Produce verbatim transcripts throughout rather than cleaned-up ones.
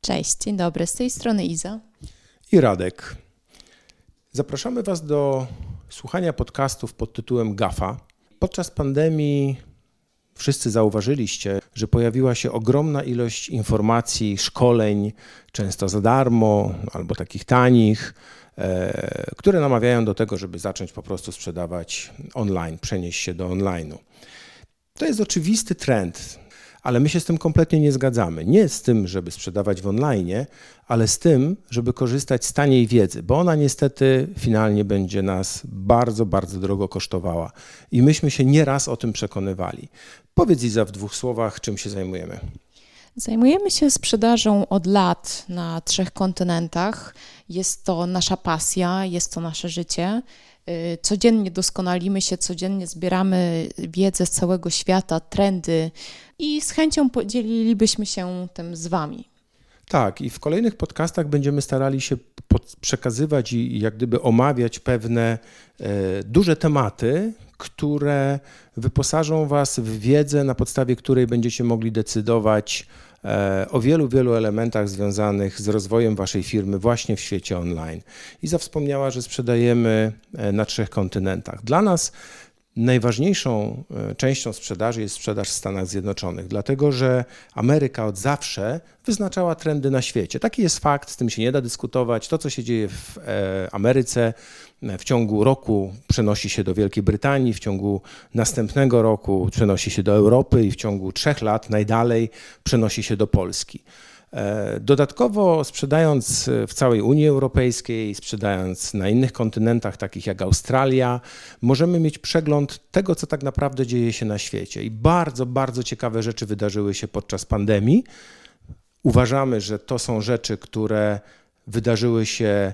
Cześć, dzień dobry, z tej strony Iza i Radek. Zapraszamy Was do słuchania podcastów pod tytułem GAFA. Podczas pandemii wszyscy zauważyliście, że pojawiła się ogromna ilość informacji, szkoleń, często za darmo albo takich tanich, e, które namawiają do tego, żeby zacząć po prostu sprzedawać online, przenieść się do online'u. To jest oczywisty trend, ale my się z tym kompletnie nie zgadzamy. Nie z tym, żeby sprzedawać w online'ie, ale z tym, żeby korzystać z taniej wiedzy, bo ona niestety finalnie będzie nas bardzo, bardzo drogo kosztowała. I myśmy się nieraz o tym przekonywali. Powiedz, Iza, w dwóch słowach, czym się zajmujemy. Zajmujemy się sprzedażą od lat na trzech kontynentach. Jest to nasza pasja, jest to nasze życie. Codziennie doskonalimy się, codziennie zbieramy wiedzę z całego świata, trendy i z chęcią podzielilibyśmy się tym z Wami. Tak, i w kolejnych podcastach będziemy starali się przekazywać i jak gdyby omawiać pewne e, duże tematy, które wyposażą Was w wiedzę, na podstawie której będziecie mogli decydować e, o wielu, wielu elementach związanych z rozwojem Waszej firmy właśnie w świecie online. Iza wspomniała, że sprzedajemy na trzech kontynentach. Dla nas najważniejszą częścią sprzedaży jest sprzedaż w Stanach Zjednoczonych, dlatego że Ameryka od zawsze wyznaczała trendy na świecie. Taki jest fakt, z tym się nie da dyskutować. To, co się dzieje w Ameryce w ciągu roku przenosi się do Wielkiej Brytanii, w ciągu następnego roku przenosi się do Europy i w ciągu trzech lat najdalej przenosi się do Polski. Dodatkowo sprzedając w całej Unii Europejskiej, sprzedając na innych kontynentach, takich jak Australia, możemy mieć przegląd tego, co tak naprawdę dzieje się na świecie. I bardzo, bardzo ciekawe rzeczy wydarzyły się podczas pandemii. Uważamy, że to są rzeczy, które wydarzyły się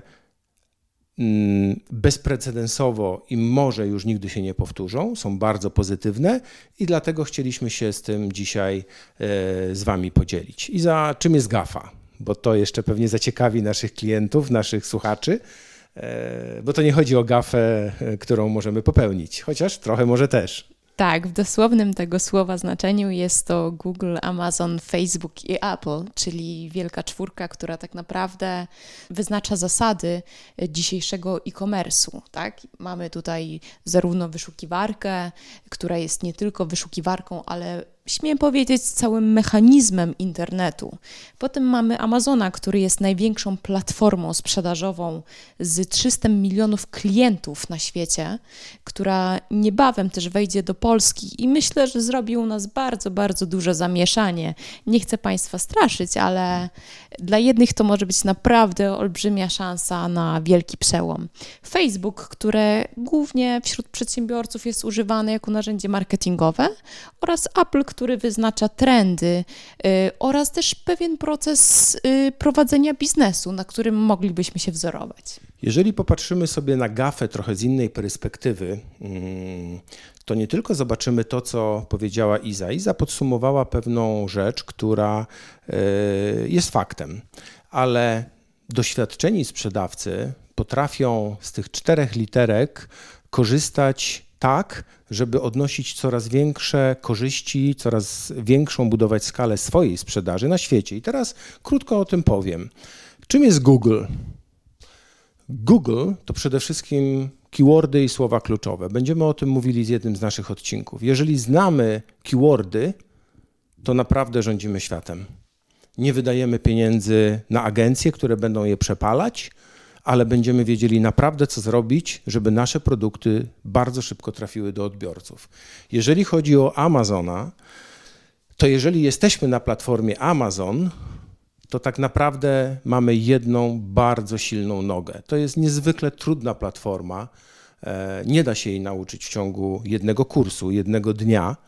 bezprecedensowo i może już nigdy się nie powtórzą, są bardzo pozytywne i dlatego chcieliśmy się z tym dzisiaj z Wami podzielić. I za czym jest GAFA? Bo to jeszcze pewnie zaciekawi naszych klientów, naszych słuchaczy, bo to nie chodzi o gafę, którą możemy popełnić, chociaż trochę może też. Tak, w dosłownym tego słowa znaczeniu jest to Google, Amazon, Facebook i Apple, czyli wielka czwórka, która tak naprawdę wyznacza zasady dzisiejszego e-commerce'u. Tak? Mamy tutaj zarówno wyszukiwarkę, która jest nie tylko wyszukiwarką, ale śmiem powiedzieć, całym mechanizmem internetu. Potem mamy Amazona, który jest największą platformą sprzedażową z trzysta milionów klientów na świecie, która niebawem też wejdzie do Polski i myślę, że zrobi u nas bardzo, bardzo duże zamieszanie. Nie chcę Państwa straszyć, ale dla jednych to może być naprawdę olbrzymia szansa na wielki przełom. Facebook, które głównie wśród przedsiębiorców jest używane jako narzędzie marketingowe, oraz Apple, który wyznacza trendy y, oraz też pewien proces y, prowadzenia biznesu, na którym moglibyśmy się wzorować. Jeżeli popatrzymy sobie na gafę trochę z innej perspektywy, to nie tylko zobaczymy to, co powiedziała Iza. Iza podsumowała pewną rzecz, która jest faktem, ale doświadczeni sprzedawcy potrafią z tych czterech literek korzystać tak, żeby odnosić coraz większe korzyści, coraz większą budować skalę swojej sprzedaży na świecie. I teraz krótko o tym powiem. Czym jest Google? Google to przede wszystkim keywordy i słowa kluczowe. Będziemy o tym mówili z jednym z naszych odcinków. Jeżeli znamy keywordy, to naprawdę rządzimy światem. Nie wydajemy pieniędzy na agencje, które będą je przepalać, ale będziemy wiedzieli naprawdę, co zrobić, żeby nasze produkty bardzo szybko trafiły do odbiorców. Jeżeli chodzi o Amazona, to jeżeli jesteśmy na platformie Amazon, to tak naprawdę mamy jedną bardzo silną nogę. To jest niezwykle trudna platforma. Nie da się jej nauczyć w ciągu jednego kursu, jednego dnia,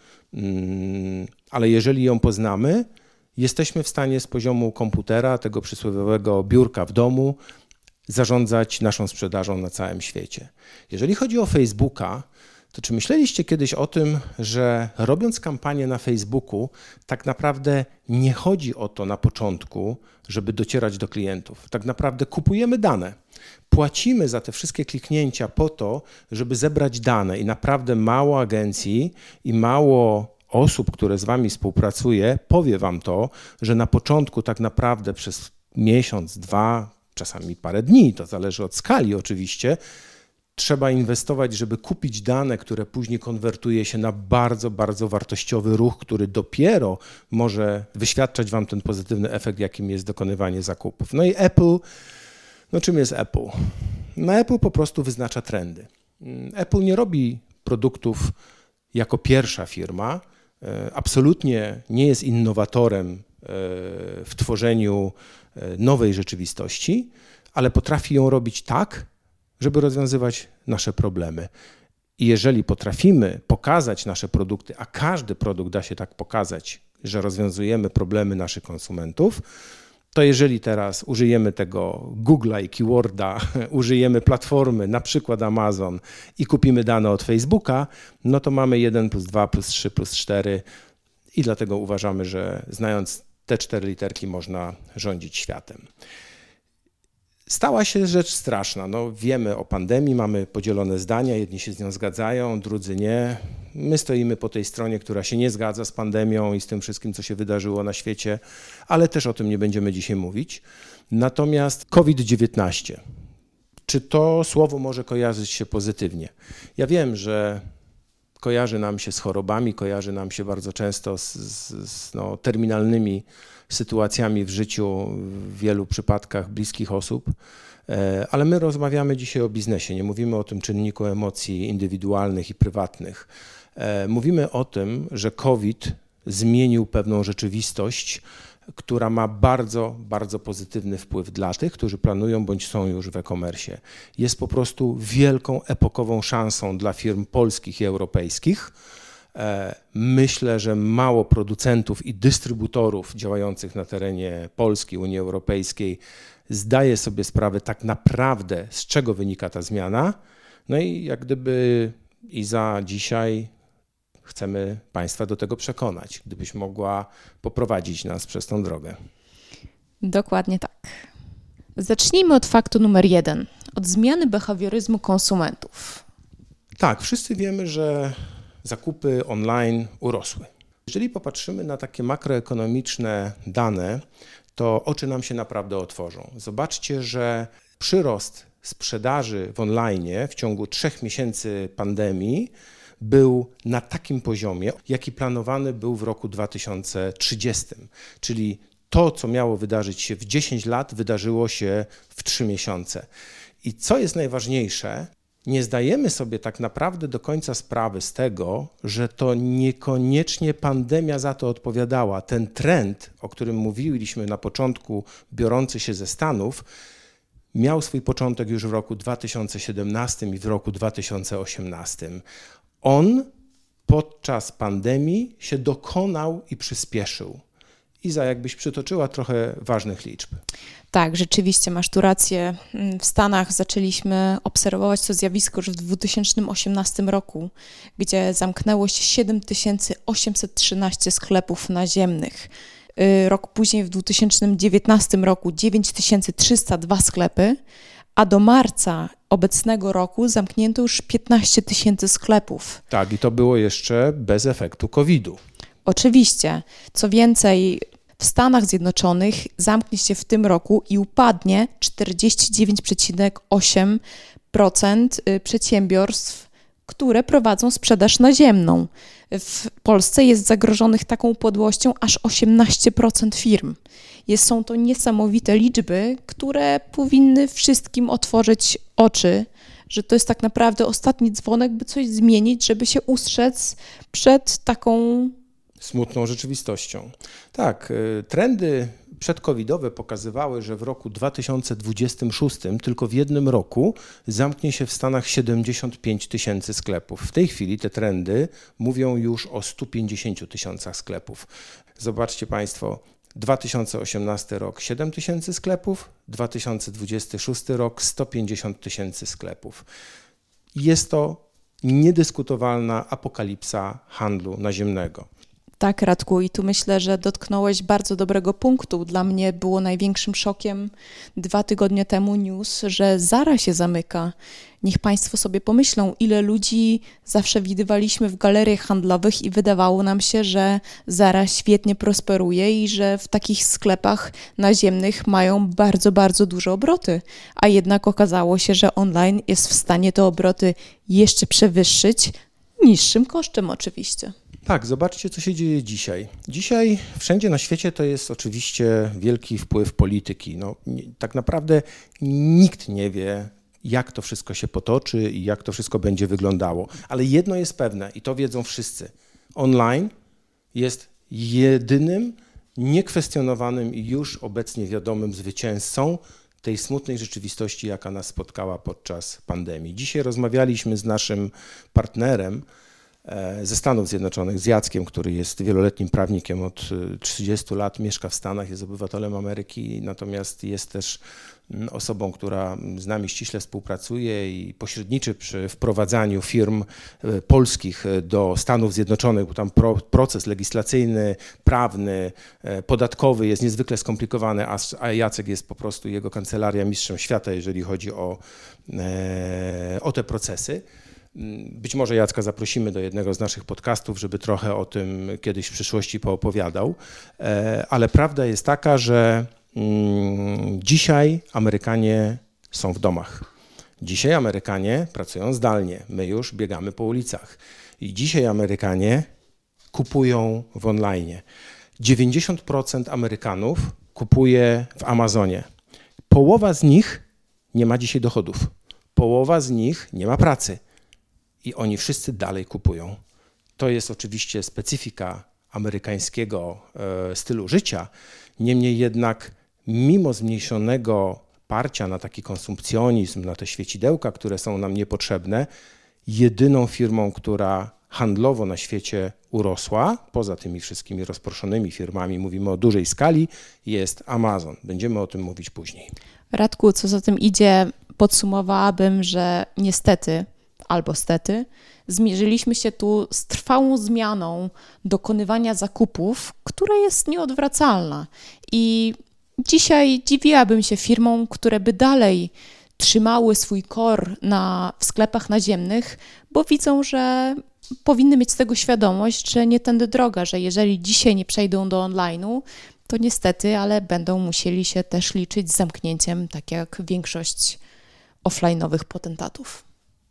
ale jeżeli ją poznamy, jesteśmy w stanie z poziomu komputera, tego przysłowiowego biurka w domu, zarządzać naszą sprzedażą na całym świecie. Jeżeli chodzi o Facebooka, to czy myśleliście kiedyś o tym, że robiąc kampanię na Facebooku, tak naprawdę nie chodzi o to na początku, żeby docierać do klientów. Tak naprawdę kupujemy dane. Płacimy za te wszystkie kliknięcia po to, żeby zebrać dane i naprawdę mało agencji i mało osób, które z wami współpracuje, powie wam to, że na początku tak naprawdę przez miesiąc, dwa, czasami parę dni, to zależy od skali oczywiście, trzeba inwestować, żeby kupić dane, które później konwertuje się na bardzo, bardzo wartościowy ruch, który dopiero może wyświadczać wam ten pozytywny efekt, jakim jest dokonywanie zakupów. No i Apple, no czym jest Apple? No Apple po prostu wyznacza trendy. Apple nie robi produktów jako pierwsza firma, absolutnie nie jest innowatorem w tworzeniu nowej rzeczywistości, ale potrafi ją robić tak, żeby rozwiązywać nasze problemy. I jeżeli potrafimy pokazać nasze produkty, a każdy produkt da się tak pokazać, że rozwiązujemy problemy naszych konsumentów, to jeżeli teraz użyjemy tego Google'a i Keyworda, użyjemy platformy, na przykład Amazon i kupimy dane od Facebooka, no to mamy jeden plus dwa plus trzy plus cztery i dlatego uważamy, że znając te cztery literki można rządzić światem. Stała się rzecz straszna. No, wiemy o pandemii, mamy podzielone zdania, jedni się z nią zgadzają, drudzy nie. My stoimy po tej stronie, która się nie zgadza z pandemią i z tym wszystkim, co się wydarzyło na świecie, ale też o tym nie będziemy dzisiaj mówić. Natomiast kowid dziewiętnaście, czy to słowo może kojarzyć się pozytywnie? Ja wiem, że kojarzy nam się z chorobami, kojarzy nam się bardzo często z, z, z no, terminalnymi sytuacjami w życiu, w wielu przypadkach bliskich osób, ale my rozmawiamy dzisiaj o biznesie, nie mówimy o tym czynniku emocji indywidualnych i prywatnych. Mówimy o tym, że COVID zmienił pewną rzeczywistość, która ma bardzo, bardzo pozytywny wpływ dla tych, którzy planują bądź są już w e-commerce. Jest po prostu wielką, epokową szansą dla firm polskich i europejskich. Myślę, że mało producentów i dystrybutorów działających na terenie Polski, Unii Europejskiej zdaje sobie sprawę tak naprawdę, z czego wynika ta zmiana. No i jak gdyby i za dzisiaj chcemy Państwa do tego przekonać, gdybyś mogła poprowadzić nas przez tą drogę. Dokładnie tak. Zacznijmy od faktu numer jeden, od zmiany behawioryzmu konsumentów. Tak, wszyscy wiemy, że zakupy online urosły. Jeżeli popatrzymy na takie makroekonomiczne dane, to oczy nam się naprawdę otworzą. Zobaczcie, że przyrost sprzedaży w online w ciągu trzech miesięcy pandemii był na takim poziomie, jaki planowany był w roku dwa tysiące trzydziestym, czyli to, co miało wydarzyć się w dziesięć lat, wydarzyło się w trzy miesiące. I co jest najważniejsze, nie zdajemy sobie tak naprawdę do końca sprawy z tego, że to niekoniecznie pandemia za to odpowiadała. Ten trend, o którym mówiliśmy na początku, biorący się ze Stanów, miał swój początek już w roku dwa tysiące siedemnastym i w roku dwa tysiące osiemnastym. On podczas pandemii się dokonał i przyspieszył. Iza, jakbyś przytoczyła trochę ważnych liczb. Tak, rzeczywiście masz tu rację. W Stanach zaczęliśmy obserwować to zjawisko już w dwa tysiące osiemnastym roku, gdzie zamknęło się siedem tysięcy osiemset trzynaście sklepów naziemnych. Rok później, w dwa tysiące dziewiętnastym roku, dziewięć tysięcy trzysta dwa sklepy, a do marca obecnego roku zamknięto już piętnaście tysięcy sklepów. Tak, i to było jeszcze bez efektu kowida. Oczywiście. Co więcej, w Stanach Zjednoczonych zamknie się w tym roku i upadnie czterdzieści dziewięć przecinek osiem procent przedsiębiorstw, które prowadzą sprzedaż naziemną. W Polsce jest zagrożonych taką upadłością aż osiemnaście procent firm. Jest, są to niesamowite liczby, które powinny wszystkim otworzyć oczy, że to jest tak naprawdę ostatni dzwonek, by coś zmienić, żeby się ustrzec przed taką smutną rzeczywistością. Tak, trendy przedcovidowe pokazywały, że w roku dwa tysiące dwudziestym szóstym tylko w jednym roku zamknie się w Stanach siedemdziesiąt pięć tysięcy sklepów. W tej chwili te trendy mówią już o stu pięćdziesięciu tysiącach sklepów. Zobaczcie Państwo, dwa tysiące osiemnasty rok siedem tysięcy sklepów, dwa tysiące dwudziesty szósty rok sto pięćdziesiąt tysięcy sklepów. Jest to niedyskutowalna apokalipsa handlu naziemnego. Tak, Radku, i tu myślę, że dotknąłeś bardzo dobrego punktu. Dla mnie było największym szokiem dwa tygodnie temu news, że Zara się zamyka. Niech Państwo sobie pomyślą, ile ludzi zawsze widywaliśmy w galeriach handlowych i wydawało nam się, że Zara świetnie prosperuje i że w takich sklepach naziemnych mają bardzo, bardzo duże obroty. A jednak okazało się, że online jest w stanie te obroty jeszcze przewyższyć, niższym kosztem oczywiście. Tak, zobaczcie, co się dzieje dzisiaj. Dzisiaj wszędzie na świecie to jest oczywiście wielki wpływ polityki. No, nie, tak naprawdę nikt nie wie, jak to wszystko się potoczy i jak to wszystko będzie wyglądało. Ale jedno jest pewne i to wiedzą wszyscy. Online jest jedynym, niekwestionowanym i już obecnie wiadomym zwycięzcą tej smutnej rzeczywistości, jaka nas spotkała podczas pandemii. Dzisiaj rozmawialiśmy z naszym partnerem ze Stanów Zjednoczonych, z Jackiem, który jest wieloletnim prawnikiem, od trzydziestu lat mieszka w Stanach, jest obywatelem Ameryki, natomiast jest też osobą, która z nami ściśle współpracuje i pośredniczy przy wprowadzaniu firm polskich do Stanów Zjednoczonych, bo tam pro, proces legislacyjny, prawny, podatkowy jest niezwykle skomplikowany, a Jacek jest po prostu, jego kancelaria mistrzem świata, jeżeli chodzi o, o te procesy. Być może Jacka zaprosimy do jednego z naszych podcastów, żeby trochę o tym kiedyś w przyszłości poopowiadał, ale prawda jest taka, że dzisiaj Amerykanie są w domach. Dzisiaj Amerykanie pracują zdalnie, my już biegamy po ulicach i dzisiaj Amerykanie kupują w online. dziewięćdziesiąt procent Amerykanów kupuje w Amazonie. Połowa z nich nie ma dzisiaj dochodów, połowa z nich nie ma pracy. I oni wszyscy dalej kupują. To jest oczywiście specyfika amerykańskiego e, stylu życia. Niemniej jednak, mimo zmniejszonego parcia na taki konsumpcjonizm, na te świecidełka, które są nam niepotrzebne, jedyną firmą, która handlowo na świecie urosła, poza tymi wszystkimi rozproszonymi firmami, mówimy o dużej skali, jest Amazon. Będziemy o tym mówić później. Radku, co za tym idzie, podsumowałabym, że niestety albo stety, zmierzyliśmy się tu z trwałą zmianą dokonywania zakupów, która jest nieodwracalna. I dzisiaj dziwiłabym się firmom, które by dalej trzymały swój core na, w sklepach naziemnych, bo widzą, że powinny mieć z tego świadomość, że nie tędy droga, że jeżeli dzisiaj nie przejdą do online'u, to niestety, ale będą musieli się też liczyć z zamknięciem, tak jak większość offline'owych potentatów.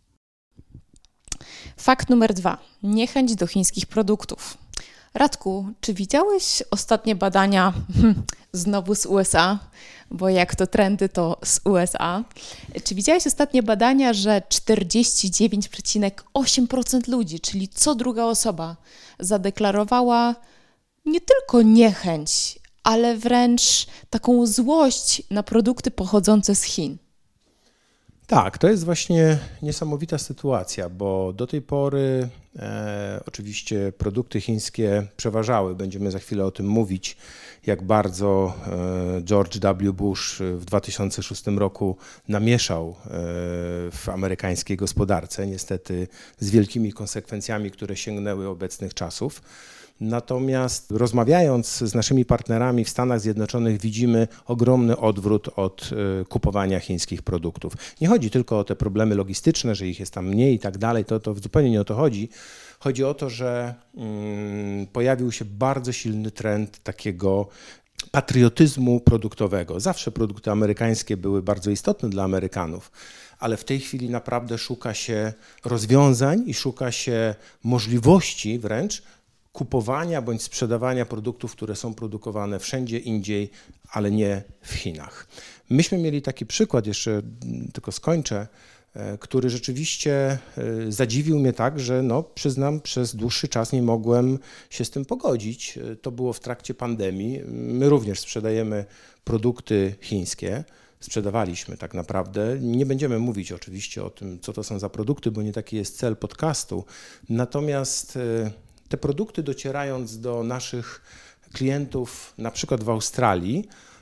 Fakt numer dwa. Niechęć do chińskich produktów. Radku, czy widziałeś ostatnie badania, znowu z U S A, bo jak to trendy, to z U S A. Czy widziałeś ostatnie badania, że czterdzieści dziewięć przecinek osiem procent ludzi, czyli co druga osoba, zadeklarowała nie tylko niechęć, ale wręcz taką złość na produkty pochodzące z Chin? Tak, to jest właśnie niesamowita sytuacja, bo do tej pory e, oczywiście produkty chińskie przeważały. Będziemy za chwilę o tym mówić, jak bardzo e, George W. Bush w dwa tysiące szóstym roku namieszał e, w amerykańskiej gospodarce, niestety z wielkimi konsekwencjami, które sięgnęły obecnych czasów. Natomiast rozmawiając z naszymi partnerami w Stanach Zjednoczonych widzimy ogromny odwrót od kupowania chińskich produktów. Nie chodzi tylko o te problemy logistyczne, że ich jest tam mniej i tak dalej, to, to zupełnie nie o to chodzi. Chodzi o to, że mm, pojawił się bardzo silny trend takiego patriotyzmu produktowego. Zawsze produkty amerykańskie były bardzo istotne dla Amerykanów, ale w tej chwili naprawdę szuka się rozwiązań i szuka się możliwości wręcz kupowania bądź sprzedawania produktów, które są produkowane wszędzie indziej, ale nie w Chinach. Myśmy mieli taki przykład, jeszcze tylko skończę, który rzeczywiście zadziwił mnie tak, że no, przyznam, przez dłuższy czas nie mogłem się z tym pogodzić. To było w trakcie pandemii. My również sprzedajemy produkty chińskie. Sprzedawaliśmy tak naprawdę. Nie będziemy mówić oczywiście o tym, co to są za produkty, bo nie taki jest cel podcastu. Natomiast te produkty, docierając do naszych klientów, na przykład w Australii,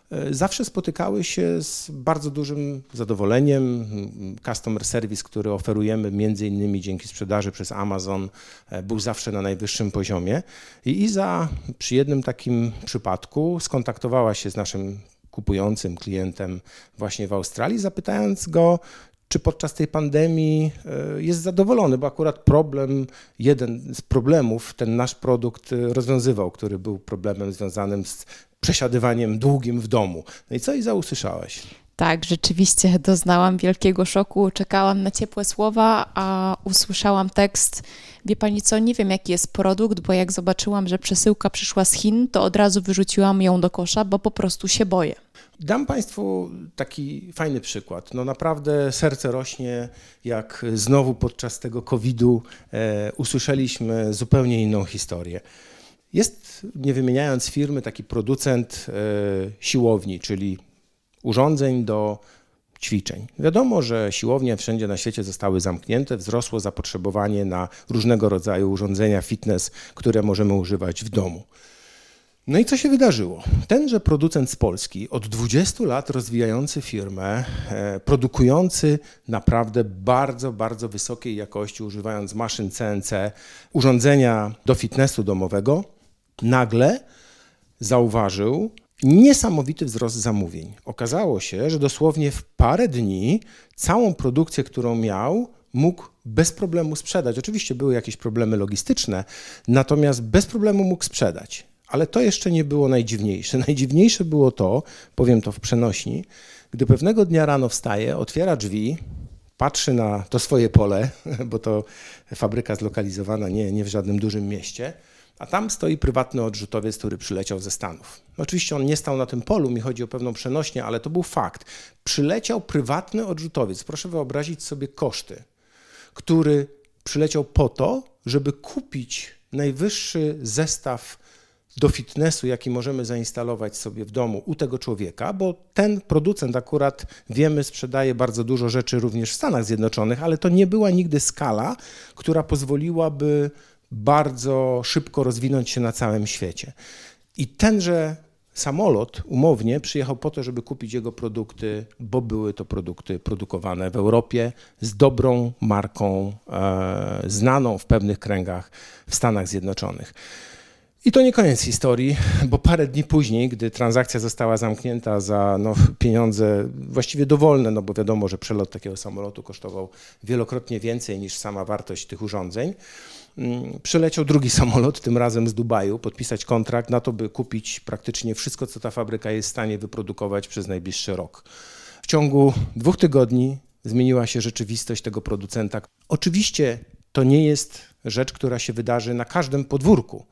zawsze spotykały się z bardzo dużym zadowoleniem. Customer service, który oferujemy między innymi dzięki sprzedaży przez Amazon, był zawsze na najwyższym poziomie. I Iza przy jednym takim przypadku skontaktowała się z naszym kupującym klientem właśnie w Australii, zapytając go, czy podczas tej pandemii jest zadowolony, bo akurat problem, jeden z problemów ten nasz produkt rozwiązywał, który był problemem związanym z przesiadywaniem długim w domu. No i co Iza usłyszałeś? Tak, rzeczywiście doznałam wielkiego szoku, czekałam na ciepłe słowa, a usłyszałam tekst: wie pani co, nie wiem jaki jest produkt, bo jak zobaczyłam, że przesyłka przyszła z Chin, to od razu wyrzuciłam ją do kosza, bo po prostu się boję. Dam Państwu taki fajny przykład. No naprawdę serce rośnie, jak znowu podczas tego kowida e, usłyszeliśmy zupełnie inną historię. Jest, nie wymieniając firmy, taki producent e, siłowni, czyli urządzeń do ćwiczeń. Wiadomo, że siłownie wszędzie na świecie zostały zamknięte, wzrosło zapotrzebowanie na różnego rodzaju urządzenia fitness, które możemy używać w domu. No i co się wydarzyło? Tenże producent z Polski, od dwudziestu lat rozwijający firmę, e, produkujący naprawdę bardzo, bardzo wysokiej jakości, używając maszyn C N C, urządzenia do fitnessu domowego, nagle zauważył niesamowity wzrost zamówień. Okazało się, że dosłownie w parę dni całą produkcję, którą miał, mógł bez problemu sprzedać. Oczywiście były jakieś problemy logistyczne, natomiast bez problemu mógł sprzedać. Ale to jeszcze nie było najdziwniejsze. Najdziwniejsze było to, powiem to w przenośni, gdy pewnego dnia rano wstaje, otwiera drzwi, patrzy na to swoje pole, bo to fabryka zlokalizowana nie, nie w żadnym dużym mieście, a tam stoi prywatny odrzutowiec, który przyleciał ze Stanów. Oczywiście on nie stał na tym polu, mi chodzi o pewną przenośnię, ale to był fakt. Przyleciał prywatny odrzutowiec. Proszę wyobrazić sobie koszty, który przyleciał po to, żeby kupić najwyższy zestaw do fitnessu, jaki możemy zainstalować sobie w domu u tego człowieka, bo ten producent akurat, wiemy, sprzedaje bardzo dużo rzeczy również w Stanach Zjednoczonych, ale to nie była nigdy skala, która pozwoliłaby bardzo szybko rozwinąć się na całym świecie. I tenże samolot umownie przyjechał po to, żeby kupić jego produkty, bo były to produkty produkowane w Europie z dobrą marką, e, znaną w pewnych kręgach w Stanach Zjednoczonych. I to nie koniec historii, bo parę dni później, gdy transakcja została zamknięta za no, pieniądze właściwie dowolne, no bo wiadomo, że przelot takiego samolotu kosztował wielokrotnie więcej niż sama wartość tych urządzeń, przyleciał drugi samolot, tym razem z Dubaju, podpisać kontrakt na to, by kupić praktycznie wszystko, co ta fabryka jest w stanie wyprodukować przez najbliższy rok. W ciągu dwóch tygodni zmieniła się rzeczywistość tego producenta. Oczywiście to nie jest rzecz, która się wydarzy na każdym podwórku.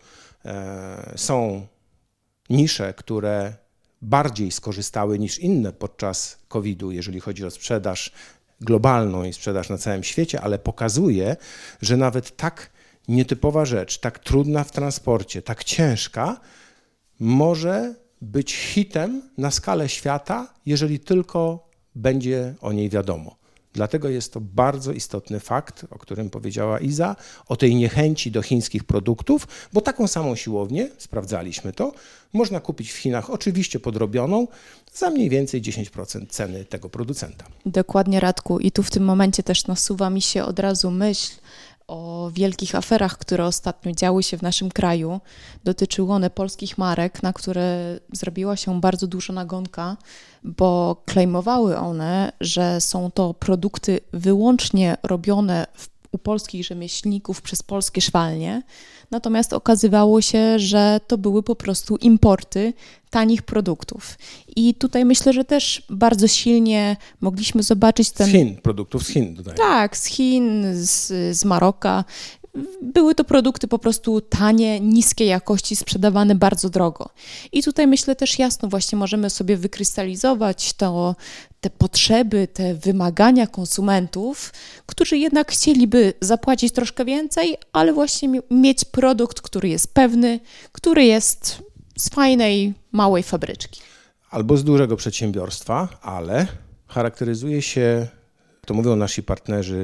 Są nisze, które bardziej skorzystały niż inne podczas kowida, jeżeli chodzi o sprzedaż globalną i sprzedaż na całym świecie, ale pokazuje, że nawet tak nietypowa rzecz, tak trudna w transporcie, tak ciężka, może być hitem na skalę świata, jeżeli tylko będzie o niej wiadomo. Dlatego jest to bardzo istotny fakt, o którym powiedziała Iza, o tej niechęci do chińskich produktów, bo taką samą siłownię, sprawdzaliśmy to, można kupić w Chinach, oczywiście podrobioną, za mniej więcej dziesięć procent ceny tego producenta. Dokładnie, Radku. I tu w tym momencie też nasuwa mi się od razu myśl o wielkich aferach, które ostatnio działy się w naszym kraju. Dotyczyły one polskich marek, na które zrobiła się bardzo duża nagonka, bo klejmowały one, że są to produkty wyłącznie robione w, u polskich rzemieślników przez polskie szwalnie. Natomiast okazywało się, że to były po prostu importy tanich produktów. I tutaj myślę, że też bardzo silnie mogliśmy zobaczyć ten... Z Chin, produktów z Chin dodaję. Tak, z Chin, z, z Maroka. Były to produkty po prostu tanie, niskiej jakości, sprzedawane bardzo drogo. I tutaj myślę też jasno właśnie możemy sobie wykrystalizować to, te potrzeby, te wymagania konsumentów, którzy jednak chcieliby zapłacić troszkę więcej, ale właśnie mieć produkt, który jest pewny, który jest z fajnej, małej fabryczki. Albo z dużego przedsiębiorstwa, ale charakteryzuje się, to mówią nasi partnerzy,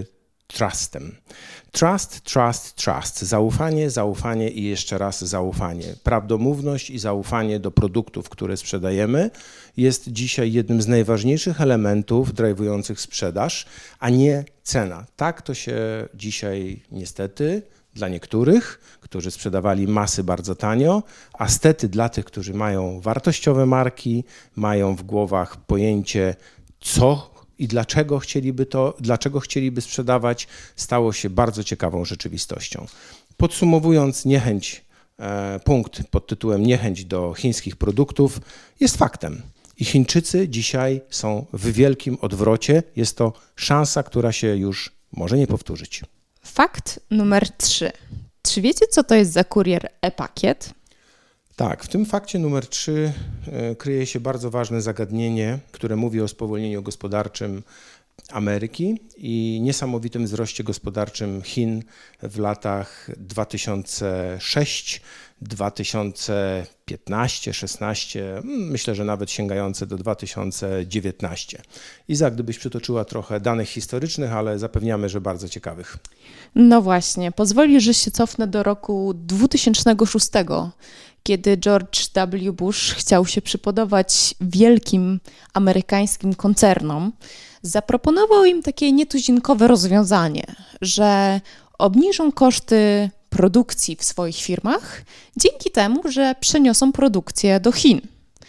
trustem. Trust, trust, trust. Zaufanie, zaufanie i jeszcze raz zaufanie. Prawdomówność i zaufanie do produktów, które sprzedajemy, jest dzisiaj jednym z najważniejszych elementów drivujących sprzedaż, a nie cena. Tak to się dzisiaj niestety dla niektórych, którzy sprzedawali masy bardzo tanio, a stety dla tych, którzy mają wartościowe marki, mają w głowach pojęcie, co i dlaczego chcieliby to, dlaczego chcieliby sprzedawać, stało się bardzo ciekawą rzeczywistością. Podsumowując, niechęć, e, punkt pod tytułem niechęć do chińskich produktów jest faktem. I Chińczycy dzisiaj są w wielkim odwrocie. Jest to szansa, która się już może nie powtórzyć. Fakt numer trzy. Czy wiecie, co to jest za kurier e-pakiet? Tak, w tym fakcie numer trzy kryje się bardzo ważne zagadnienie, które mówi o spowolnieniu gospodarczym Ameryki i niesamowitym wzroście gospodarczym Chin w latach dwa tysiące szóstym do dwa tysiące piętnastego szesnastego, myślę, że nawet sięgające do dwa tysiące dziewiętnastego. Iza, gdybyś przytoczyła trochę danych historycznych, ale zapewniamy, że bardzo ciekawych. No właśnie, pozwolisz, że się cofnę do roku dwutysięcznego szóstego, kiedy George W. Bush chciał się przypodobać wielkim amerykańskim koncernom. Zaproponował im takie nietuzinkowe rozwiązanie, że obniżą koszty produkcji w swoich firmach dzięki temu, że przeniosą produkcję do Chin.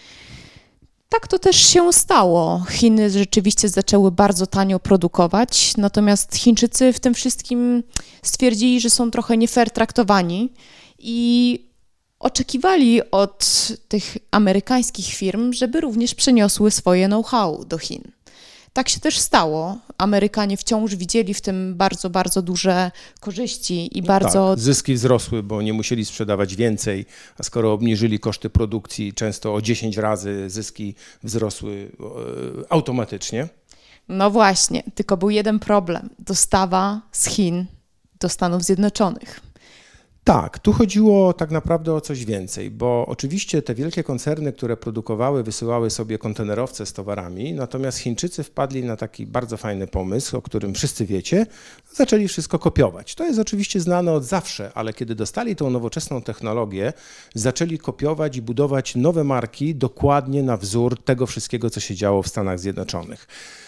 Tak to też się stało. Chiny rzeczywiście zaczęły bardzo tanio produkować, natomiast Chińczycy w tym wszystkim stwierdzili, że są trochę nie fair traktowani i oczekiwali od tych amerykańskich firm, żeby również przeniosły swoje know-how do Chin. Tak się też stało. Amerykanie wciąż widzieli w tym bardzo, bardzo duże korzyści i bardzo... Tak, zyski wzrosły, bo nie musieli sprzedawać więcej, a skoro obniżyli koszty produkcji często o dziesięć razy, zyski wzrosły automatycznie. No właśnie, tylko był jeden problem. Dostawa z Chin do Stanów Zjednoczonych. Tak, tu chodziło tak naprawdę o coś więcej, bo oczywiście te wielkie koncerny, które produkowały, wysyłały sobie kontenerowce z towarami, natomiast Chińczycy wpadli na taki bardzo fajny pomysł, o którym wszyscy wiecie, zaczęli wszystko kopiować. To jest oczywiście znane od zawsze, ale kiedy dostali tą nowoczesną technologię, zaczęli kopiować i budować nowe marki dokładnie na wzór tego wszystkiego, co się działo w Stanach Zjednoczonych.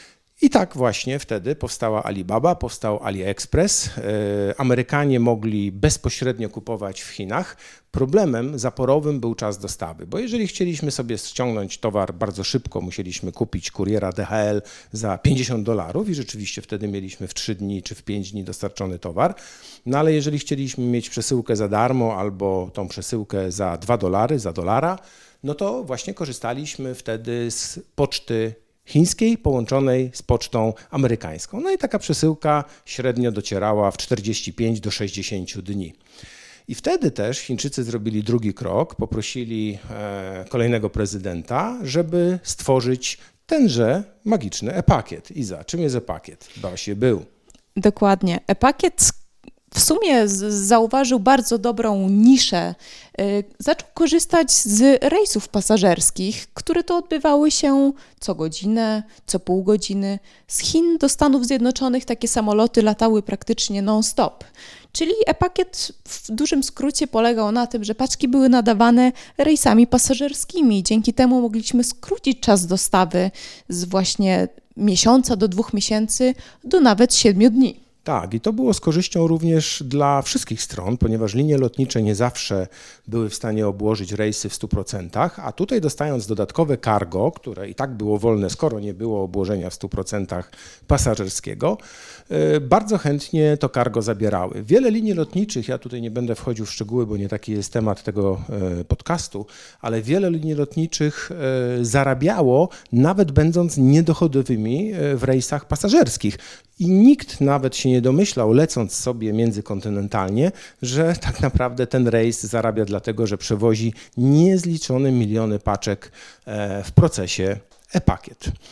I tak właśnie wtedy powstała Alibaba, powstał AliExpress. Amerykanie mogli bezpośrednio kupować w Chinach. Problemem zaporowym był czas dostawy, bo jeżeli chcieliśmy sobie ściągnąć towar bardzo szybko, musieliśmy kupić kuriera D H L za pięćdziesiąt dolarów i rzeczywiście wtedy mieliśmy w trzy dni czy w pięć dni dostarczony towar. No ale jeżeli chcieliśmy mieć przesyłkę za darmo albo tą przesyłkę za dwa dolary, za dolara, no to właśnie korzystaliśmy wtedy z poczty chińskiej połączonej z pocztą amerykańską. No i taka przesyłka średnio docierała w czterdzieści pięć do sześćdziesięciu dni. I wtedy też Chińczycy zrobili drugi krok, poprosili e, kolejnego prezydenta, żeby stworzyć tenże magiczny e-pakiet. Iza, czym jest e-pakiet? Basie był. Dokładnie. E-pakiet w sumie zauważył bardzo dobrą niszę. Zaczął korzystać z rejsów pasażerskich, które to odbywały się co godzinę, co pół godziny. Z Chin do Stanów Zjednoczonych takie samoloty latały praktycznie non-stop. Czyli e-pakiet w dużym skrócie polegał na tym, że paczki były nadawane rejsami pasażerskimi. Dzięki temu mogliśmy skrócić czas dostawy z właśnie miesiąca do dwóch miesięcy do nawet siedmiu dni. Tak, i to było z korzyścią również dla wszystkich stron, ponieważ linie lotnicze nie zawsze były w stanie obłożyć rejsy w stu procentach, a tutaj dostając dodatkowe cargo, które i tak było wolne, skoro nie było obłożenia w stu procentach pasażerskiego, bardzo chętnie to cargo zabierały. Wiele linii lotniczych, ja tutaj nie będę wchodził w szczegóły, bo nie taki jest temat tego podcastu, ale wiele linii lotniczych zarabiało, nawet będąc niedochodowymi w rejsach pasażerskich. I nikt nawet się nie domyślał, lecąc sobie międzykontynentalnie, że tak naprawdę ten rejs zarabia dlatego, że przewozi niezliczone miliony paczek w procesie e-pakiet.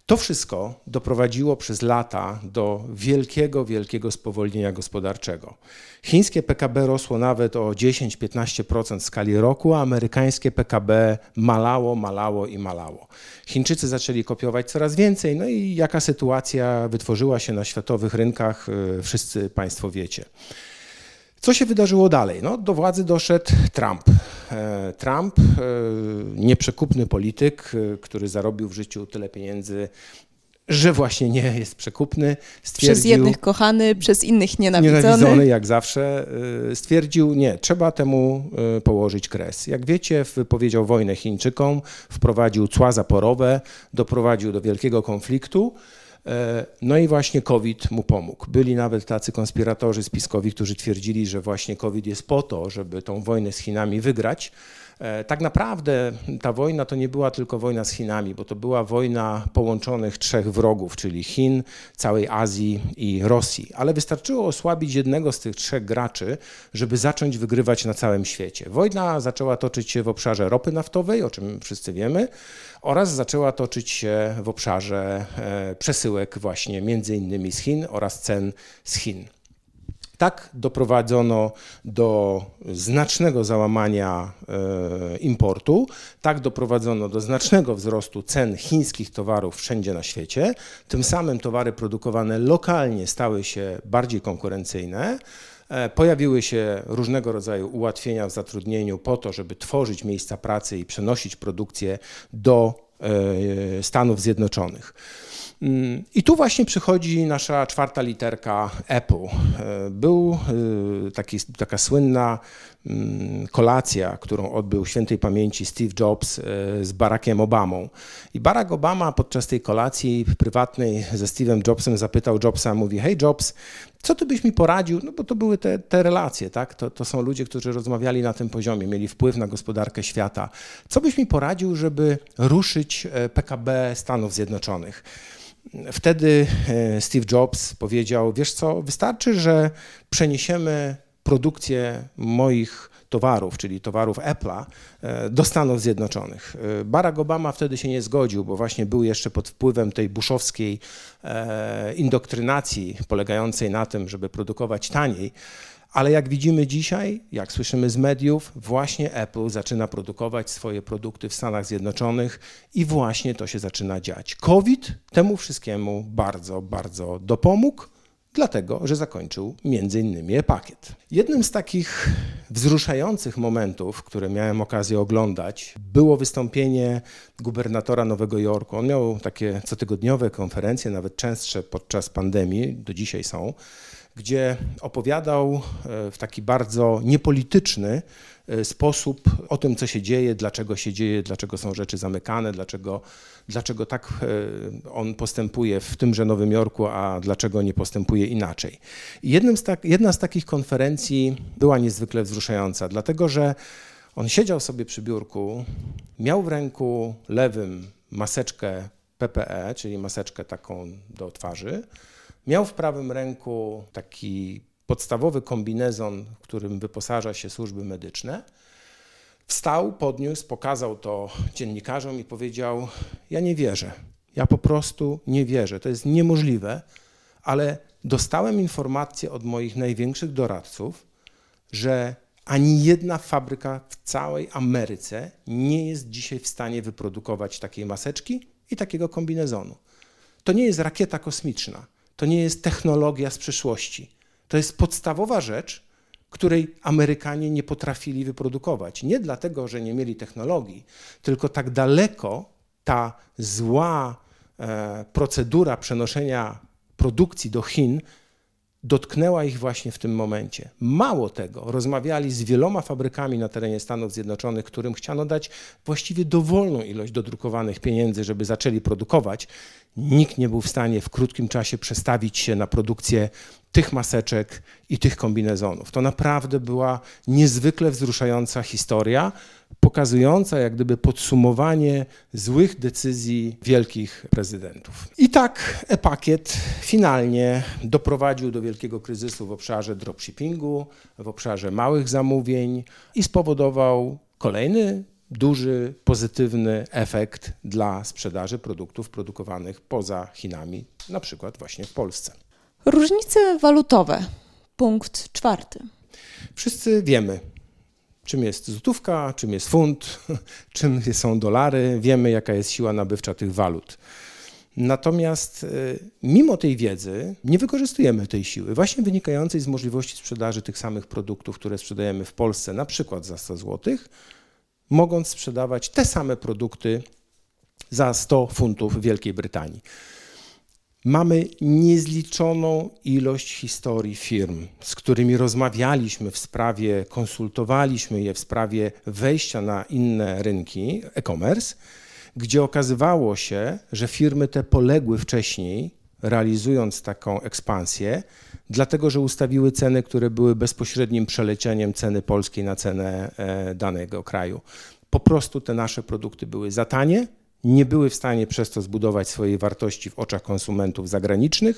To wszystko doprowadziło przez lata do wielkiego, wielkiego spowolnienia gospodarczego. Chińskie P K B rosło nawet o dziesięć do piętnastu procent w skali roku, a amerykańskie P K B malało, malało i malało. Chińczycy zaczęli kopiować coraz więcej, no i jaka sytuacja wytworzyła się na światowych rynkach, wszyscy Państwo wiecie. Co się wydarzyło dalej? No, do władzy doszedł Trump. Trump, nieprzekupny polityk, który zarobił w życiu tyle pieniędzy, że właśnie nie jest przekupny. Stwierdził, przez jednych kochany, przez innych nienawidzony. Nienawidzony jak zawsze. Stwierdził, nie, trzeba temu położyć kres. Jak wiecie, wypowiedział wojnę Chińczykom, wprowadził cła zaporowe, doprowadził do wielkiego konfliktu. No i właśnie COVID mu pomógł. Byli nawet tacy konspiratorzy spiskowi, którzy twierdzili, że właśnie COVID jest po to, żeby tą wojnę z Chinami wygrać. Tak naprawdę ta wojna to nie była tylko wojna z Chinami, bo to była wojna połączonych trzech wrogów, czyli Chin, całej Azji i Rosji. Ale wystarczyło osłabić jednego z tych trzech graczy, żeby zacząć wygrywać na całym świecie. Wojna zaczęła toczyć się w obszarze ropy naftowej, o czym wszyscy wiemy, oraz zaczęła toczyć się w obszarze przesyłek właśnie między innymi z Chin oraz cen z Chin. Tak doprowadzono do znacznego załamania e, importu, tak doprowadzono do znacznego wzrostu cen chińskich towarów wszędzie na świecie. Tym samym towary produkowane lokalnie stały się bardziej konkurencyjne. E, pojawiły się różnego rodzaju ułatwienia w zatrudnieniu po to, żeby tworzyć miejsca pracy i przenosić produkcję do e, Stanów Zjednoczonych. I tu właśnie przychodzi nasza czwarta literka Apple. Był taki, taka słynna kolacja, którą odbył świętej pamięci Steve Jobs z Barackiem Obamą. I Barack Obama podczas tej kolacji prywatnej ze Steve'em Jobsem zapytał Jobsa, mówi: hej Jobs, co ty byś mi poradził? No bo to były te, te relacje, tak? To, to są ludzie, którzy rozmawiali na tym poziomie, mieli wpływ na gospodarkę świata. Co byś mi poradził, żeby ruszyć P K B Stanów Zjednoczonych? Wtedy Steve Jobs powiedział: wiesz co, wystarczy, że przeniesiemy produkcję moich towarów, czyli towarów Apple'a, do Stanów Zjednoczonych. Barack Obama wtedy się nie zgodził, bo właśnie był jeszcze pod wpływem tej bushowskiej indoktrynacji polegającej na tym, żeby produkować taniej. Ale jak widzimy dzisiaj, jak słyszymy z mediów, właśnie Apple zaczyna produkować swoje produkty w Stanach Zjednoczonych i właśnie to się zaczyna dziać. COVID temu wszystkiemu bardzo, bardzo dopomógł, dlatego że zakończył między innymi e-pakiet. Jednym z takich wzruszających momentów, które miałem okazję oglądać, było wystąpienie gubernatora Nowego Jorku. On miał takie cotygodniowe konferencje, nawet częstsze podczas pandemii, do dzisiaj są, gdzie opowiadał w taki bardzo niepolityczny sposób o tym, co się dzieje, dlaczego się dzieje, dlaczego są rzeczy zamykane, dlaczego, dlaczego tak on postępuje w tymże Nowym Jorku, a dlaczego nie postępuje inaczej. I jednym z tak, jedna z takich konferencji była niezwykle wzruszająca, dlatego że on siedział sobie przy biurku, miał w ręku lewym maseczkę P P E, czyli maseczkę taką do twarzy, miał w prawym ręku taki podstawowy kombinezon, w którym wyposaża się służby medyczne. Wstał, podniósł, pokazał to dziennikarzom i powiedział: ja nie wierzę, ja po prostu nie wierzę, to jest niemożliwe, ale dostałem informację od moich największych doradców, że ani jedna fabryka w całej Ameryce nie jest dzisiaj w stanie wyprodukować takiej maseczki i takiego kombinezonu. To nie jest rakieta kosmiczna. To nie jest technologia z przyszłości. To jest podstawowa rzecz, której Amerykanie nie potrafili wyprodukować. Nie dlatego, że nie mieli technologii, tylko tak daleko ta zła e, procedura przenoszenia produkcji do Chin dotknęła ich właśnie w tym momencie. Mało tego, rozmawiali z wieloma fabrykami na terenie Stanów Zjednoczonych, którym chciano dać właściwie dowolną ilość dodrukowanych pieniędzy, żeby zaczęli produkować. Nikt nie był w stanie w krótkim czasie przestawić się na produkcję tych maseczek i tych kombinezonów. To naprawdę była niezwykle wzruszająca historia, pokazująca jak gdyby podsumowanie złych decyzji wielkich prezydentów. I tak e-pakiet finalnie doprowadził do wielkiego kryzysu w obszarze dropshippingu, w obszarze małych zamówień i spowodował kolejny duży, pozytywny efekt dla sprzedaży produktów produkowanych poza Chinami, na przykład właśnie w Polsce. Różnice walutowe. Punkt czwarty. Wszyscy wiemy, czym jest złotówka, czym jest funt, czym są dolary, wiemy, jaka jest siła nabywcza tych walut. Natomiast mimo tej wiedzy nie wykorzystujemy tej siły, właśnie wynikającej z możliwości sprzedaży tych samych produktów, które sprzedajemy w Polsce, na przykład za sto złotych, mogąc sprzedawać te same produkty za sto funtów w Wielkiej Brytanii. Mamy niezliczoną ilość historii firm, z którymi rozmawialiśmy w sprawie, konsultowaliśmy je w sprawie wejścia na inne rynki e-commerce, gdzie okazywało się, że firmy te poległy wcześniej, realizując taką ekspansję, dlatego że ustawiły ceny, które były bezpośrednim przelecieniem ceny polskiej na cenę danego kraju. Po prostu te nasze produkty były za tanie, nie były w stanie przez to zbudować swojej wartości w oczach konsumentów zagranicznych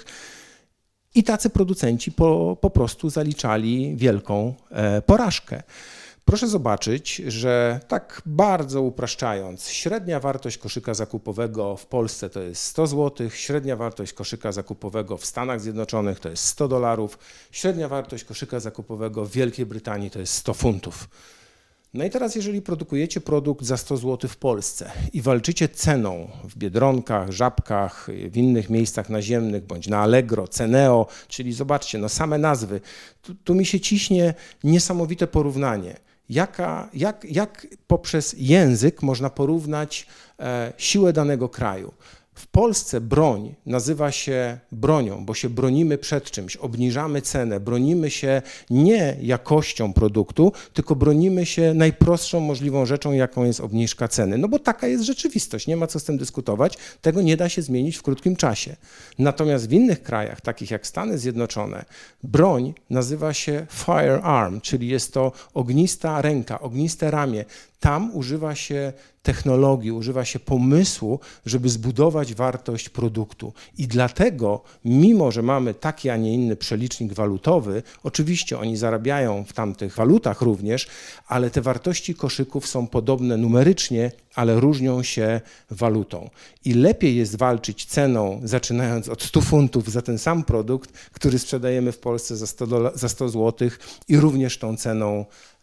i tacy producenci po, po prostu zaliczali wielką e, porażkę. Proszę zobaczyć, że tak bardzo upraszczając, średnia wartość koszyka zakupowego w Polsce to jest sto złotych, średnia wartość koszyka zakupowego w Stanach Zjednoczonych to jest sto dolarów, średnia wartość koszyka zakupowego w Wielkiej Brytanii to jest sto funtów. No i teraz, jeżeli produkujecie produkt za sto złotych w Polsce i walczycie ceną w Biedronkach, Żabkach, w innych miejscach naziemnych, bądź na Allegro, Ceneo, czyli zobaczcie, no same nazwy, tu, tu mi się ciśnie niesamowite porównanie. Jaka, jak, jak poprzez język można porównać e, siłę danego kraju? W Polsce broń nazywa się bronią, bo się bronimy przed czymś, obniżamy cenę, bronimy się nie jakością produktu, tylko bronimy się najprostszą możliwą rzeczą, jaką jest obniżka ceny. No bo taka jest rzeczywistość, nie ma co z tym dyskutować, tego nie da się zmienić w krótkim czasie. Natomiast w innych krajach, takich jak Stany Zjednoczone, broń nazywa się firearm, czyli jest to ognista ręka, ogniste ramię. Tam używa się technologii, używa się pomysłu, żeby zbudować wartość produktu. I dlatego, mimo że mamy taki, a nie inny przelicznik walutowy, oczywiście oni zarabiają w tamtych walutach również, ale te wartości koszyków są podobne numerycznie, ale różnią się walutą. I lepiej jest walczyć ceną, zaczynając od stu funtów za ten sam produkt, który sprzedajemy w Polsce za sto, za sto złotych i również tą ceną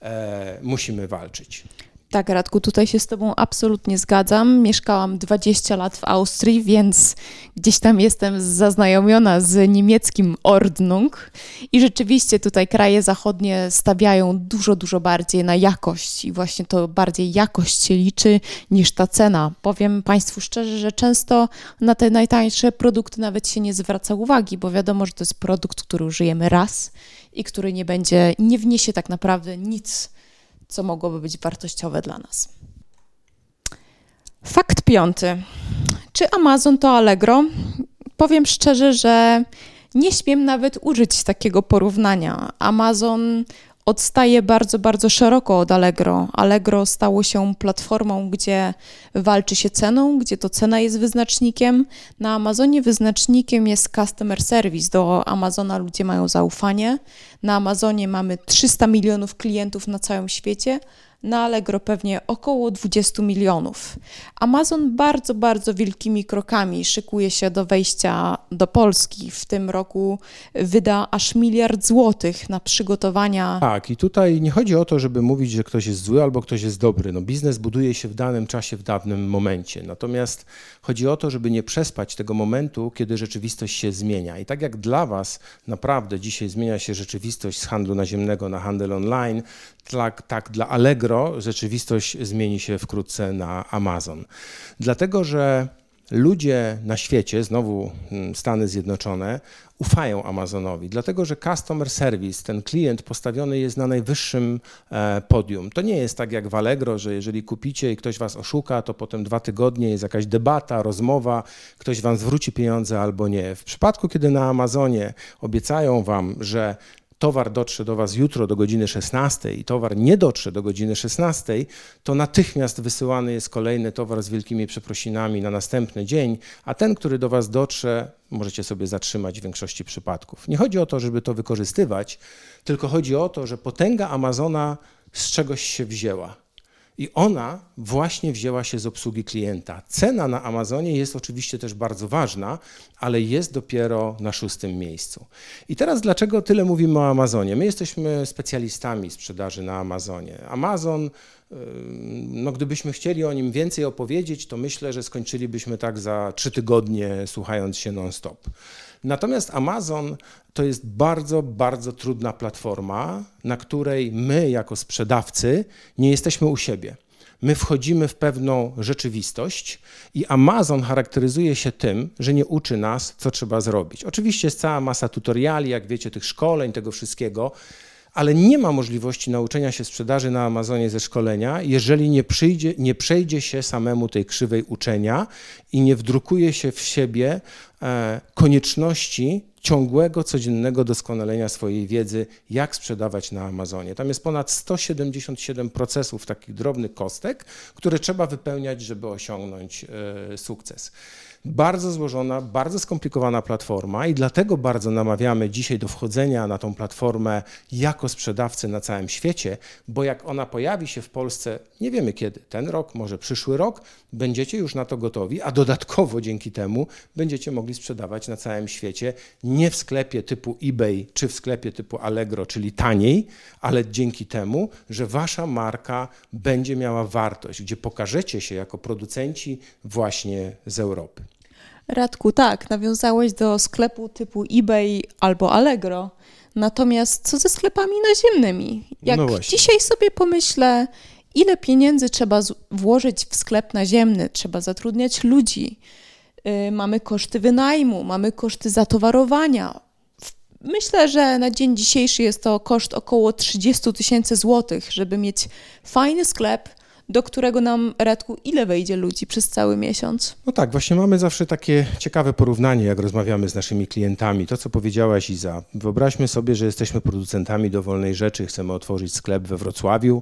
e, musimy walczyć. Tak, Radku, tutaj się z Tobą absolutnie zgadzam. Mieszkałam dwadzieścia lat w Austrii, więc gdzieś tam jestem zaznajomiona z niemieckim Ordnung i rzeczywiście tutaj kraje zachodnie stawiają dużo, dużo bardziej na jakość i właśnie to bardziej jakość się liczy niż ta cena. Powiem Państwu szczerze, że często na te najtańsze produkty nawet się nie zwraca uwagi, bo wiadomo, że to jest produkt, który użyjemy raz i który nie będzie, nie wniesie tak naprawdę nic, co mogłoby być wartościowe dla nas. Fakt piąty. Czy Amazon to Allegro? Powiem szczerze, że nie śmiem nawet użyć takiego porównania. Amazon odstaje bardzo, bardzo szeroko od Allegro. Allegro stało się platformą, gdzie walczy się ceną, gdzie to cena jest wyznacznikiem. Na Amazonie wyznacznikiem jest customer service. Do Amazona ludzie mają zaufanie. Na Amazonie mamy trzysta milionów klientów na całym świecie. Na Allegro pewnie około dwadzieścia milionów. Amazon bardzo, bardzo wielkimi krokami szykuje się do wejścia do Polski. W tym roku wyda aż miliard złotych na przygotowania. Tak, i tutaj nie chodzi o to, żeby mówić, że ktoś jest zły albo ktoś jest dobry. No, biznes buduje się w danym czasie, w danym momencie. Natomiast chodzi o to, żeby nie przespać tego momentu, kiedy rzeczywistość się zmienia. I tak jak dla Was naprawdę dzisiaj zmienia się rzeczywistość z handlu naziemnego na handel online, tak, tak dla Allegro rzeczywistość zmieni się wkrótce na Amazon. Dlatego, że ludzie na świecie, znowu Stany Zjednoczone, ufają Amazonowi, dlatego że customer service, ten klient postawiony jest na najwyższym podium. To nie jest tak jak w Allegro, że jeżeli kupicie i ktoś was oszuka, to potem dwa tygodnie jest jakaś debata, rozmowa, ktoś wam zwróci pieniądze albo nie. W przypadku, kiedy na Amazonie obiecają wam, że towar dotrze do was jutro do godziny szesnastej i towar nie dotrze do godziny szesnastej, to natychmiast wysyłany jest kolejny towar z wielkimi przeprosinami na następny dzień, a ten, który do was dotrze, możecie sobie zatrzymać w większości przypadków. Nie chodzi o to, żeby to wykorzystywać, tylko chodzi o to, że potęga Amazona z czegoś się wzięła. I ona właśnie wzięła się z obsługi klienta. Cena na Amazonie jest oczywiście też bardzo ważna, ale jest dopiero na szóstym miejscu. I teraz dlaczego tyle mówimy o Amazonie? My jesteśmy specjalistami sprzedaży na Amazonie. Amazon, no gdybyśmy chcieli o nim więcej opowiedzieć, to myślę, że skończylibyśmy tak za trzy tygodnie, słuchając się non-stop. Natomiast Amazon to jest bardzo, bardzo trudna platforma, na której my jako sprzedawcy nie jesteśmy u siebie. My wchodzimy w pewną rzeczywistość i Amazon charakteryzuje się tym, że nie uczy nas, co trzeba zrobić. Oczywiście jest cała masa tutoriali, jak wiecie, tych szkoleń, tego wszystkiego, ale nie ma możliwości nauczenia się sprzedaży na Amazonie ze szkolenia, jeżeli nie, przyjdzie, nie przejdzie się samemu tej krzywej uczenia i nie wdrukuje się w siebie e, konieczności ciągłego, codziennego doskonalenia swojej wiedzy, jak sprzedawać na Amazonie. Tam jest ponad sto siedemdziesiąt siedem procesów takich drobnych kostek, które trzeba wypełniać, żeby osiągnąć e, sukces. Bardzo złożona, bardzo skomplikowana platforma i dlatego bardzo namawiamy dzisiaj do wchodzenia na tą platformę jako sprzedawcy na całym świecie, bo jak ona pojawi się w Polsce, nie wiemy kiedy, ten rok, może przyszły rok, będziecie już na to gotowi, a dodatkowo dzięki temu będziecie mogli sprzedawać na całym świecie, nie w sklepie typu eBay czy w sklepie typu Allegro, czyli taniej, ale dzięki temu, że wasza marka będzie miała wartość, gdzie pokażecie się jako producenci właśnie z Europy. Radku, tak, nawiązałeś do sklepu typu eBay albo Allegro, natomiast co ze sklepami naziemnymi? Jak No właśnie. Dzisiaj sobie pomyślę, ile pieniędzy trzeba włożyć w sklep naziemny, trzeba zatrudniać ludzi, yy, mamy koszty wynajmu, mamy koszty zatowarowania. Myślę, że na dzień dzisiejszy jest to koszt około trzydzieści tysięcy złotych, żeby mieć fajny sklep, do którego nam, Radku, ile wejdzie ludzi przez cały miesiąc? No tak, właśnie mamy zawsze takie ciekawe porównanie, jak rozmawiamy z naszymi klientami. To, co powiedziałaś, Iza. Wyobraźmy sobie, że jesteśmy producentami dowolnej rzeczy, chcemy otworzyć sklep we Wrocławiu.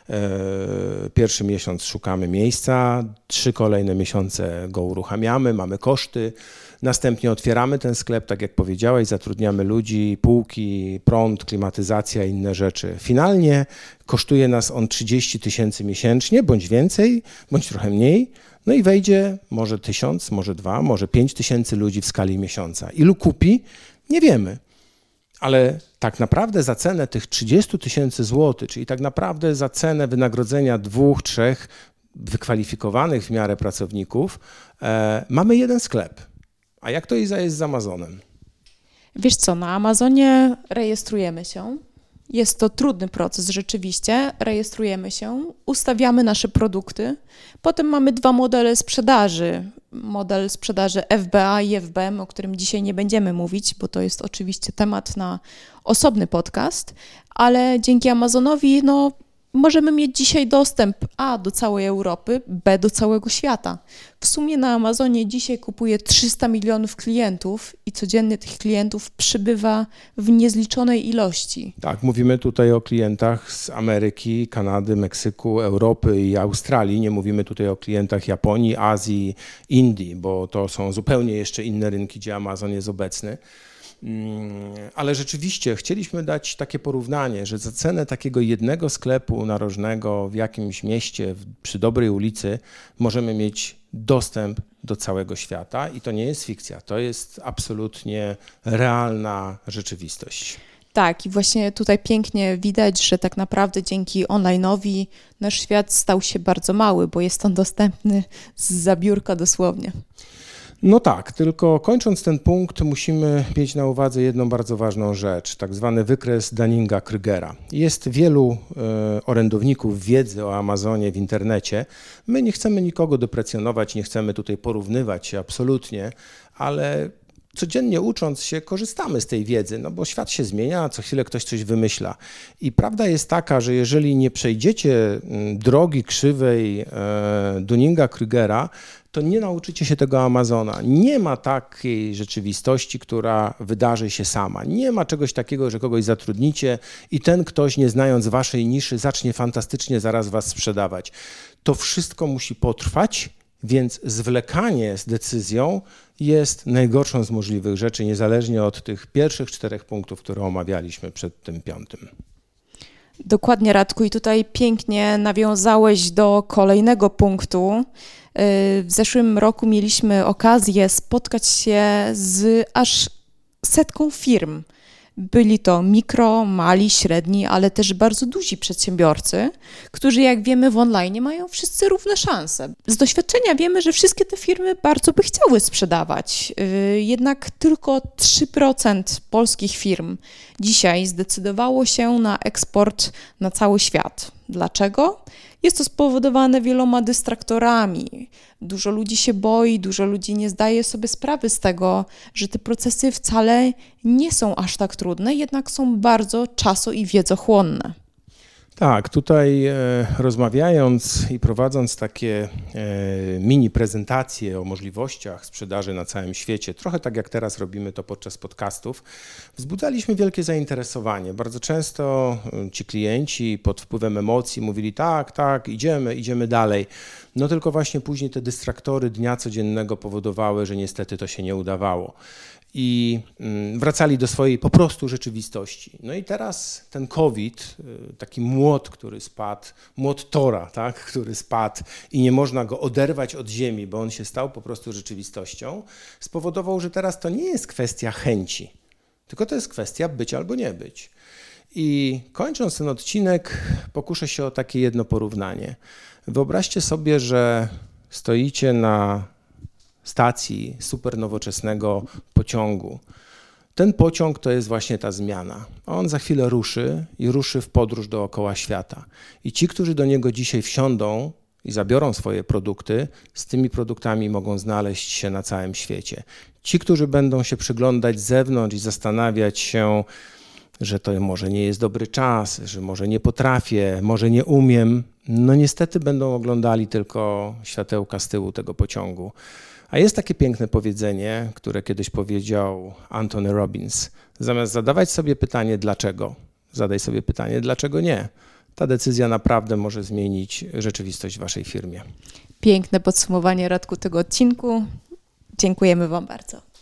Pierwszy miesiąc szukamy miejsca, trzy kolejne miesiące go uruchamiamy, mamy koszty. Następnie otwieramy ten sklep, tak jak powiedziałeś, zatrudniamy ludzi, półki, prąd, klimatyzacja i inne rzeczy. Finalnie kosztuje nas on trzydzieści tysięcy miesięcznie, bądź więcej, bądź trochę mniej. No i wejdzie może tysiąc, może dwa, może pięć tysięcy ludzi w skali miesiąca. Ilu kupi? Nie wiemy. Ale tak naprawdę za cenę tych trzydzieści tysięcy złotych, czyli tak naprawdę za cenę wynagrodzenia dwóch, trzech wykwalifikowanych w miarę pracowników, e, mamy jeden sklep. A jak to Iza jest z Amazonem? Wiesz co, na Amazonie rejestrujemy się. Jest to trudny proces rzeczywiście. Rejestrujemy się, ustawiamy nasze produkty. Potem mamy dwa modele sprzedaży. Model sprzedaży F B A i F B M, o którym dzisiaj nie będziemy mówić, bo to jest oczywiście temat na osobny podcast, ale dzięki Amazonowi no, możemy mieć dzisiaj dostęp A do całej Europy, B do całego świata. W sumie na Amazonie dzisiaj kupuje trzysta milionów klientów i codziennie tych klientów przybywa w niezliczonej ilości. Tak, mówimy tutaj o klientach z Ameryki, Kanady, Meksyku, Europy i Australii. Nie mówimy tutaj o klientach Japonii, Azji, Indii, bo to są zupełnie jeszcze inne rynki, gdzie Amazon jest obecny. Ale rzeczywiście chcieliśmy dać takie porównanie, że za cenę takiego jednego sklepu narożnego w jakimś mieście przy dobrej ulicy możemy mieć dostęp do całego świata i to nie jest fikcja, to jest absolutnie realna rzeczywistość. Tak, i właśnie tutaj pięknie widać, że tak naprawdę dzięki online'owi nasz świat stał się bardzo mały, bo jest on dostępny zza biurka dosłownie. No tak, tylko kończąc ten punkt musimy mieć na uwadze jedną bardzo ważną rzecz, tak zwany wykres Dunninga-Krugera. Jest wielu e, orędowników wiedzy o Amazonie w internecie. My nie chcemy nikogo deprecjonować, nie chcemy tutaj porównywać się absolutnie, ale codziennie ucząc się korzystamy z tej wiedzy, no bo świat się zmienia, co chwilę ktoś coś wymyśla. I prawda jest taka, że jeżeli nie przejdziecie drogi krzywej e, Dunninga-Krugera, to nie nauczycie się tego Amazona. Nie ma takiej rzeczywistości, która wydarzy się sama. Nie ma czegoś takiego, że kogoś zatrudnicie i ten ktoś, nie znając waszej niszy, zacznie fantastycznie zaraz was sprzedawać. To wszystko musi potrwać, więc zwlekanie z decyzją jest najgorszą z możliwych rzeczy, niezależnie od tych pierwszych czterech punktów, które omawialiśmy przed tym piątym. Dokładnie, Radku, i tutaj pięknie nawiązałeś do kolejnego punktu. W zeszłym roku mieliśmy okazję spotkać się z aż setką firm. Byli to mikro, mali, średni, ale też bardzo duzi przedsiębiorcy, którzy, jak wiemy, w online mają wszyscy równe szanse. Z doświadczenia wiemy, że wszystkie te firmy bardzo by chciały sprzedawać, jednak tylko trzy procent polskich firm dzisiaj zdecydowało się na eksport na cały świat. Dlaczego? Jest to spowodowane wieloma dystraktorami. Dużo ludzi się boi, dużo ludzi nie zdaje sobie sprawy z tego, że te procesy wcale nie są aż tak trudne, jednak są bardzo czaso- i wiedzochłonne. Tak, tutaj e, rozmawiając i prowadząc takie e, mini prezentacje o możliwościach sprzedaży na całym świecie, trochę tak jak teraz robimy to podczas podcastów, wzbudzaliśmy wielkie zainteresowanie. Bardzo często ci klienci pod wpływem emocji mówili tak, tak, idziemy, idziemy dalej. No tylko właśnie później te dystraktory dnia codziennego powodowały, że niestety to się nie udawało. I wracali do swojej po prostu rzeczywistości. No i teraz ten COVID, taki młot, który spadł, młot Tora, tak, który spadł i nie można go oderwać od ziemi, bo on się stał po prostu rzeczywistością, spowodował, że teraz to nie jest kwestia chęci, tylko to jest kwestia być albo nie być. I kończąc ten odcinek, pokuszę się o takie jedno porównanie. Wyobraźcie sobie, że stoicie na stacji super nowoczesnego pociągu. Ten pociąg to jest właśnie ta zmiana. On za chwilę ruszy i ruszy w podróż dookoła świata. I ci, którzy do niego dzisiaj wsiądą i zabiorą swoje produkty, z tymi produktami mogą znaleźć się na całym świecie. Ci, którzy będą się przyglądać z zewnątrz i zastanawiać się, że to może nie jest dobry czas, że może nie potrafię, może nie umiem, no niestety będą oglądali tylko światełka z tyłu tego pociągu. A jest takie piękne powiedzenie, które kiedyś powiedział Anthony Robbins. Zamiast zadawać sobie pytanie dlaczego, zadaj sobie pytanie dlaczego nie. Ta decyzja naprawdę może zmienić rzeczywistość w waszej firmie. Piękne podsumowanie, Radku, tego odcinku. Dziękujemy wam bardzo.